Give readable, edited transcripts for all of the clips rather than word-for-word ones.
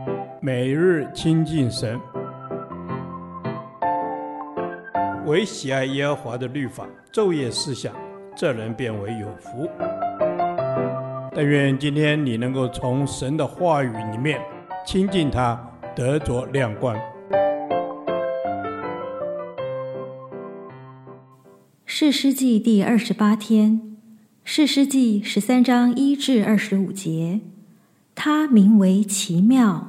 每日亲近神，唯喜爱耶和华的律法，昼夜思想，这人变为有福。但愿今天你能够从神的话语里面亲近他，得着亮光。 士师记第28天，士师记13章1至25节，他名为奇妙。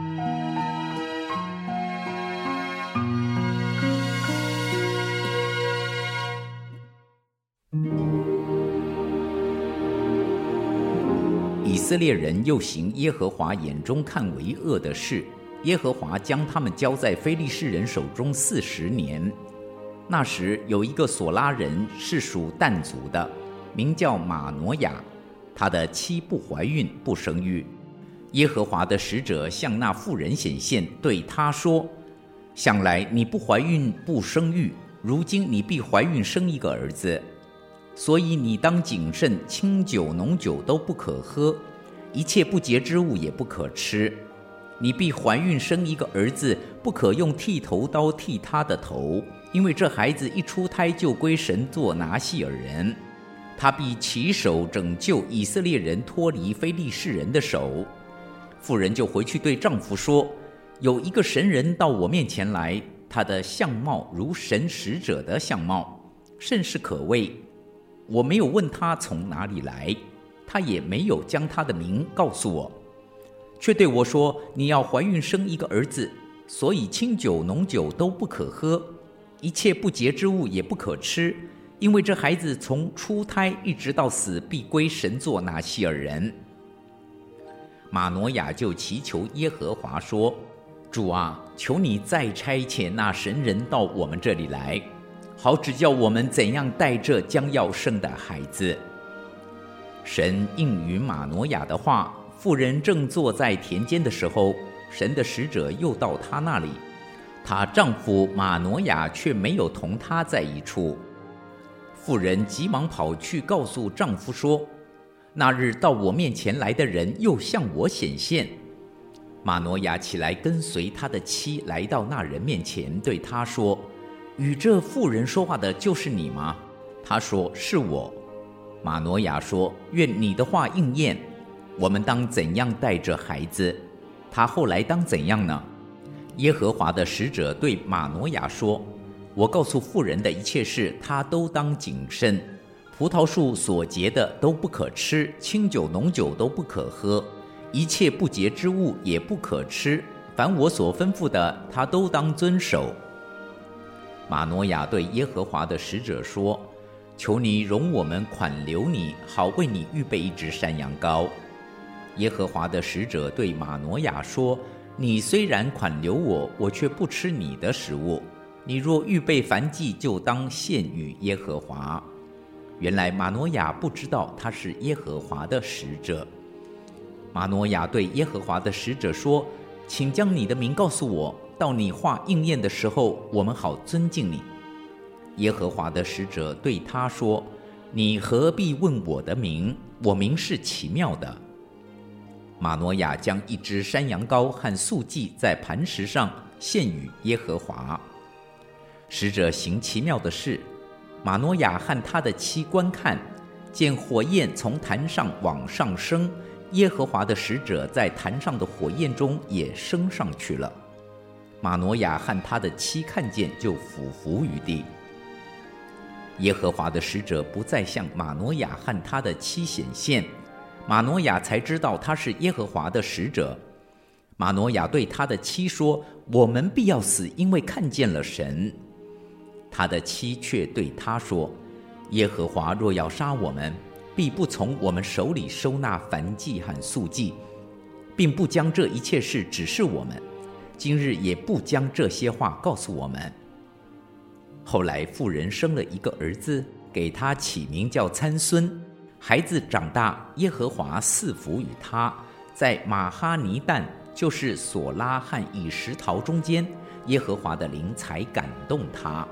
以色列人又行耶和华眼中看为恶的事，耶和华将他们交在非利士人手中40年。那时有一个索拉人是属但族的，名叫马挪亚，他的妻不怀孕不生育。耶和华的使者向那妇人显现，对他说：向来你不怀孕不生育，如今你必怀孕生一个儿子，所以你当谨慎，清酒浓酒都不可喝，一切不洁之物也不可吃。你必怀孕生一个儿子，不可用剃头刀剃他的头，因为这孩子一出胎就归神做拿细耳人，他必起手拯救以色列人脱离非利士人的手。妇人就回去对丈夫说：有一个神人到我面前来，他的相貌如神使者的相貌，甚是可畏。我没有问他从哪里来，他也没有将他的名告诉我，却对我说：你要怀孕生一个儿子，所以清酒浓酒都不可喝，一切不洁之物也不可吃，因为这孩子从出胎一直到死必归神做拿细耳人。马挪亚就祈求耶和华说：主啊，求你再差遣那神人到我们这里来，好指教我们怎样带这将要生的孩子。神应允马挪亚的话，妇人正坐在田间的时候，神的使者又到她那里，她丈夫马挪亚却没有同她在一处。妇人急忙跑去告诉丈夫说：那日到我面前来的人又向我显现。马挪亚起来跟随他的妻来到那人面前，对他说：与这妇人说话的就是你吗？他说：是我。马挪亚说：愿你的话应验，我们当怎样带着孩子？他后来当怎样呢？耶和华的使者对马挪亚说：我告诉妇人的一切事，他都当谨慎。葡萄树所结的都不可吃，清酒浓酒都不可喝，一切不洁之物也不可吃，凡我所吩咐的，他都当遵守。马挪亚对耶和华的使者说：求你容我们款留你，好为你预备一只山羊羔。耶和华的使者对马挪亚说：你虽然款留我，我却不吃你的食物，你若预备燔祭，就当献与耶和华。原来马挪亚不知道他是耶和华的使者。马挪亚对耶和华的使者说：请将你的名告诉我，到你话应验的时候，我们好尊敬你。耶和华的使者对他说：你何必问我的名？我名是奇妙的。马挪亚将一只山羊羔和素祭在磐石上献与耶和华。使者行奇妙的事，马挪亚和他的妻观看，见火焰从坛上往上升，耶和华的使者在坛上的火焰中也升上去了。马挪亚和他的妻看见，就俯伏于地。耶和华的使者不再向马挪亚和他的妻显现，马挪亚才知道他是耶和华的使者。马挪亚对他的妻说：我们必要死，因为看见了神。他的妻却对他说：耶和华若要杀我们，必不从我们手里收纳燔祭和素祭，并不将这一切事指示我们，今日也不将这些话告诉我们。后来妇人生了一个儿子，给他起名叫参孙。孩子长大，耶和华赐福与他，在马哈尼旦，就是索拉和以实陶中间，耶和华的灵才感动他。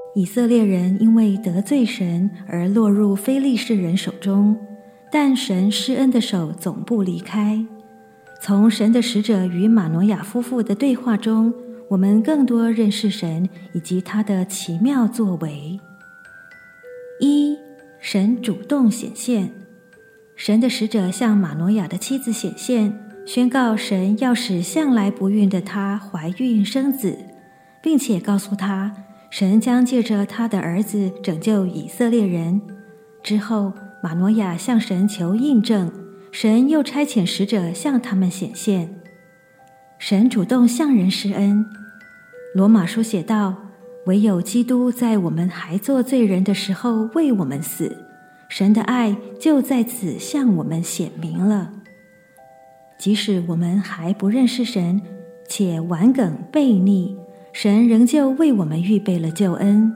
以色列人因为得罪神而落入非利士人手中，但神施恩的手总不离开。从神的使者与马诺亚夫妇的对话中，我们更多认识神以及他的奇妙作为。一、神主动显现。神的使者向马诺亚的妻子显现，宣告神要使向来不孕的她怀孕生子，并且告诉她，神将借着他的儿子拯救以色列人。之后，马诺亚向神求印证，神又差遣使者向他们显现。神主动向人施恩。罗马书写道，唯有基督在我们还做罪人的时候为我们死，神的爱就在此向我们显明了。即使我们还不认识神，且顽梗悖逆，神仍旧为我们预备了救恩。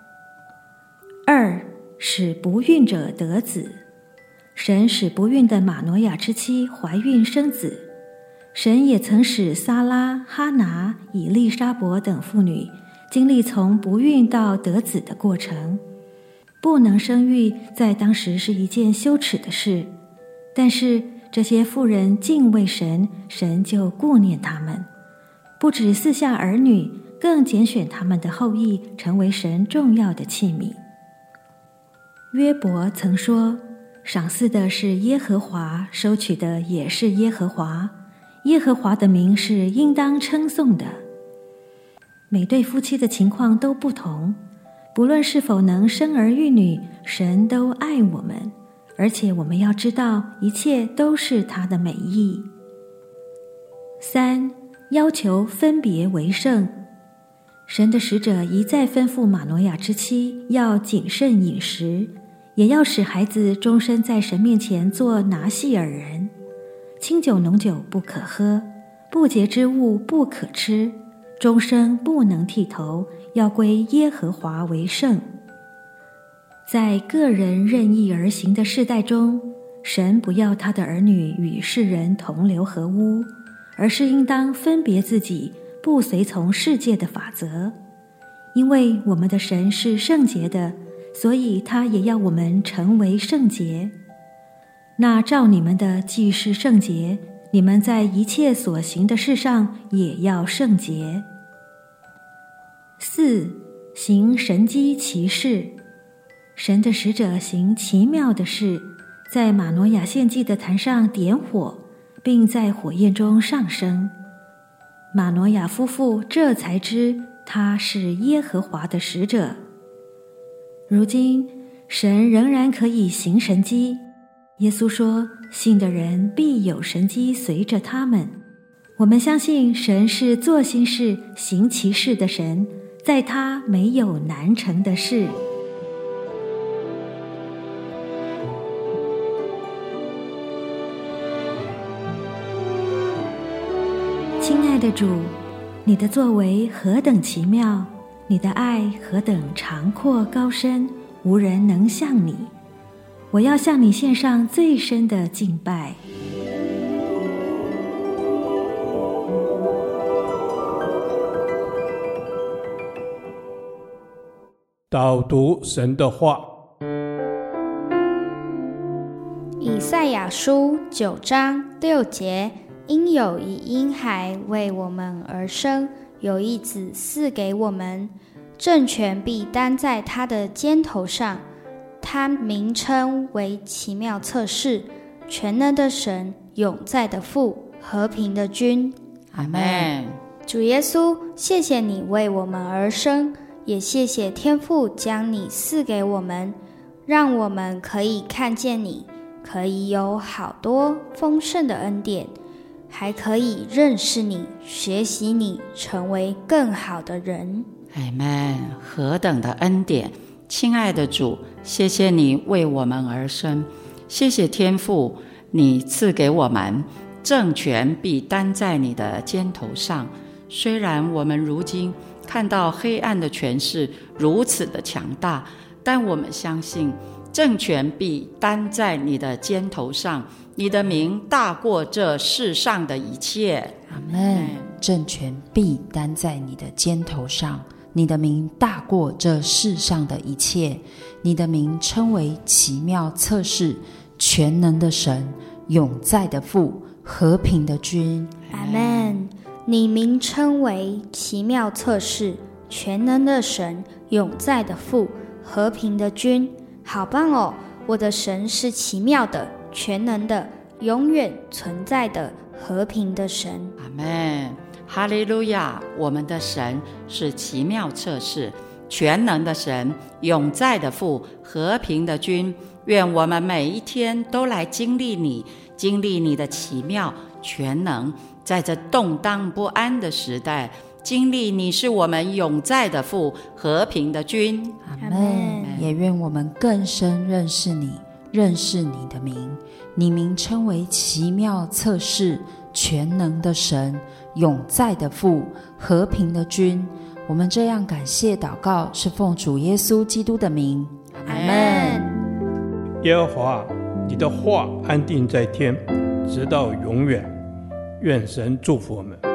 二、使不孕者得子。神使不孕的马诺亚之妻怀孕生子。神也曾使撒拉、哈拿、以利沙伯等妇女经历从不孕到得子的过程。不能生育在当时是一件羞耻的事，但是这些妇人敬畏神，神就顾念他们，不只赐下儿女，更拣选他们的后裔成为神重要的器皿。约伯曾说，赏赐的是耶和华，收取的也是耶和华，耶和华的名是应当称颂的。每对夫妻的情况都不同，不论是否能生儿育女，神都爱我们，而且我们要知道，一切都是他的美意。三、要求分别为圣。神的使者一再吩咐马诺亚之妻要谨慎饮食，也要使孩子终身在神面前做拿细尔人。清酒浓酒不可喝，不洁之物不可吃，终生不能剃头，要归耶和华为圣。在个人任意而行的世代中，神不要他的儿女与世人同流合污，而是应当分别自己，不随从世界的法则。因为我们的神是圣洁的，所以他也要我们成为圣洁。那照你们的既是圣洁，你们在一切所行的事上也要圣洁。四、行神迹奇事。神的使者行奇妙的事，在马诺亚献祭的坛上点火，并在火焰中上升。马诺亚夫妇这才知他是耶和华的使者。如今神仍然可以行神迹，耶稣说，信的人必有神迹随着他们。我们相信神是做新事行奇事的神，在他没有难成的事。亲爱的主，你的作为何等奇妙，你的爱何等长阔高深，无人能像你。我要向你献上最深的敬拜。 导读神的话。 以赛亚书9章6节，因有一婴孩为我们而生，有一子赐给我们，政权必担在他的肩头上。他名称为奇妙策士，全能的神，永在的父，和平的君。 阿们。 主耶稣，谢谢你为我们而生，也谢谢天父将你赐给我们，让我们可以看见你，可以有好多丰盛的恩典，还可以认识你，学习你，成为更好的人。 阿们。何等的恩典！亲爱的主，谢谢你为我们而生，谢谢天父，你赐给我们，政权必担在你的肩头上。虽然我们如今看到黑暗的权势如此的强大，但我们相信政权必担在你的肩头上，你的名大过这世上的一切。 阿们。政权必担在你的肩头上， 你的名大过这世上的一切，你的名称为奇妙测试，全能的神，永在的父，和平的君。 阿们。你名称为奇妙测试，全能的神，永在的父，和平的君。好棒哦！我的神是奇妙的，全能的，永远存在的，和平的神。 阿们。哈利路亚！我们的神是奇妙测试，全能的神，永在的父，和平的君。愿我们每一天都来经历你，经历你的奇妙全能，在这动荡不安的时代，经历你是我们永在的父，和平的君。 阿们。也愿我们更深认识你，认识你的名，你名称为奇妙测试，全能的神，永在的父，和平的君。我们这样感谢祷告，是奉主耶稣基督的名。 阿们。 耶和华，你的话安定在天，直到永远。愿神祝福我们。